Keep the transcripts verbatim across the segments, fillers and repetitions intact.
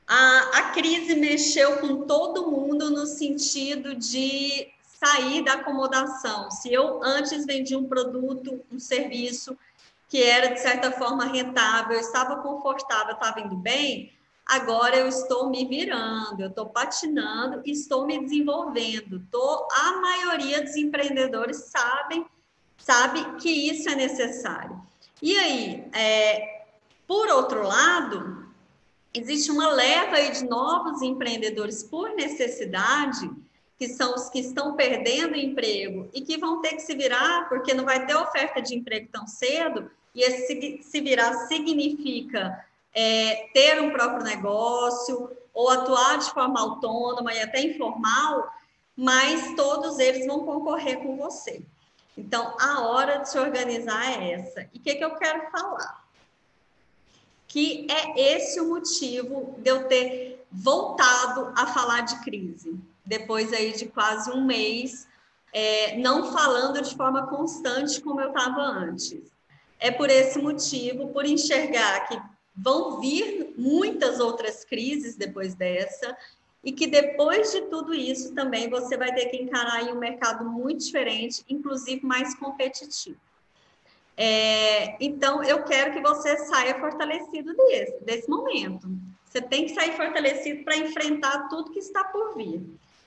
A, a crise mexeu com todo mundo no sentido de sair da acomodação. Se eu antes vendia um produto, um serviço que era, de certa forma, rentável, eu estava confortável, estava indo bem, agora eu estou me virando, eu estou patinando, estou me desenvolvendo. Tô, a maioria dos empreendedores sabem, sabe que isso é necessário. E aí, é, por outro lado, existe uma leva aí de novos empreendedores por necessidade, que são os que estão perdendo emprego e que vão ter que se virar, porque não vai ter oferta de emprego tão cedo, e esse se virar significa é, ter um próprio negócio, ou atuar de forma autônoma e até informal, mas todos eles vão concorrer com você. Então, a hora de se organizar é essa. E o que, que eu quero falar? Que é esse o motivo de eu ter voltado a falar de crise, depois aí de quase um mês, é, não falando de forma constante como eu estava antes. É por esse motivo, por enxergar que vão vir muitas outras crises depois dessa, e que depois de tudo isso também você vai ter que encarar aí um mercado muito diferente, inclusive mais competitivo. É, então, eu quero que você saia fortalecido desse, desse momento. Você tem que sair fortalecido para enfrentar tudo que está por vir.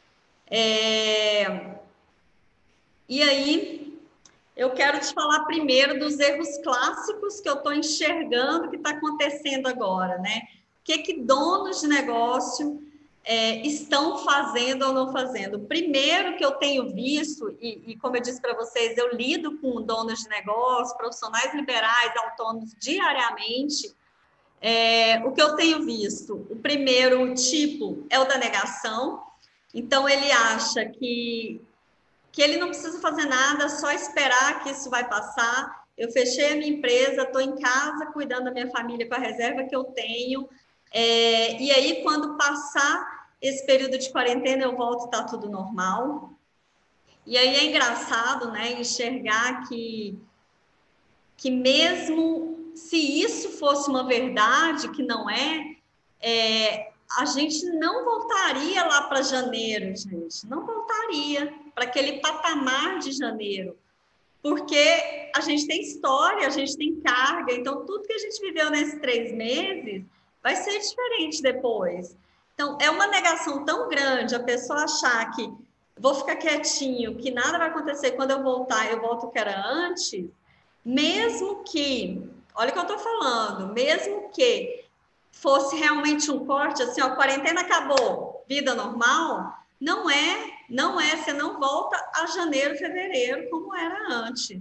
É, e aí, eu quero te falar primeiro dos erros clássicos que eu estou enxergando que está acontecendo agora, né? O que, que donos de negócio é, estão fazendo ou não fazendo? Primeiro que eu tenho visto, e, e como eu disse para vocês, eu lido com donos de negócio, profissionais liberais, autônomos diariamente. É, o que eu tenho visto, o primeiro tipo é o da negação. Então, ele acha que, que ele não precisa fazer nada, só esperar que isso vai passar. Eu fechei a minha empresa, estou em casa cuidando da minha família com a reserva que eu tenho. É, e aí, quando passar esse período de quarentena, eu volto e está tudo normal. E aí é engraçado, né, enxergar que, que mesmo se isso fosse uma verdade, que não é, é a gente não voltaria lá para janeiro, gente. Não voltaria para aquele patamar de janeiro. Porque a gente tem história, a gente tem carga, então tudo que a gente viveu nesses três meses vai ser diferente depois. Então, é uma negação tão grande a pessoa achar que vou ficar quietinho, que nada vai acontecer, quando eu voltar, eu volto o que era antes, mesmo que, olha o que eu estou falando, mesmo que fosse realmente um corte, assim, ó, a quarentena acabou, vida normal, não é, não é, você não volta a janeiro, fevereiro, como era antes.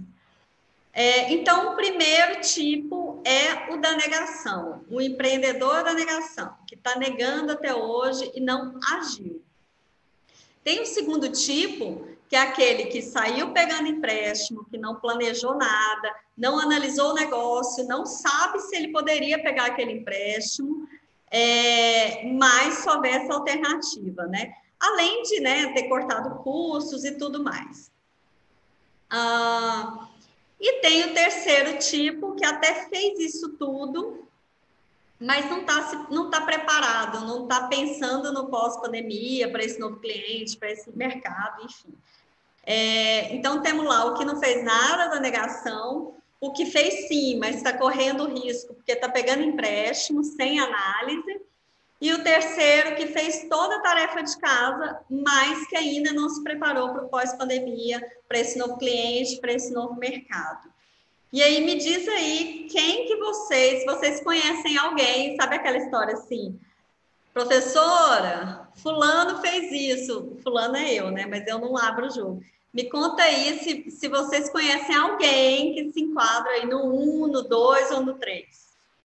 É, então, o primeiro tipo é o da negação, o empreendedor da negação, que está negando até hoje e não agiu. Tem o segundo tipo, que é aquele que saiu pegando empréstimo, que não planejou nada, não analisou o negócio, não sabe se ele poderia pegar aquele empréstimo, é, mas só vê essa alternativa, né? Além de, né, ter cortado custos e tudo mais. Ah, e tem o terceiro tipo, que até fez isso tudo, mas não está não tá preparado, não está pensando no pós-pandemia, para esse novo cliente, para esse mercado, enfim. É, então, temos lá o que não fez nada da negação, o que fez sim, mas está correndo risco, porque está pegando empréstimo, sem análise, e o terceiro que fez toda a tarefa de casa, mas que ainda não se preparou para o pós-pandemia, para esse novo cliente, para esse novo mercado. E aí me diz aí, quem que vocês, vocês conhecem alguém, sabe aquela história assim, professora, fulano fez isso, fulano é eu, né, mas eu não abro o jogo. Me conta aí se, se vocês conhecem alguém que se enquadra aí no um, no dois ou no três.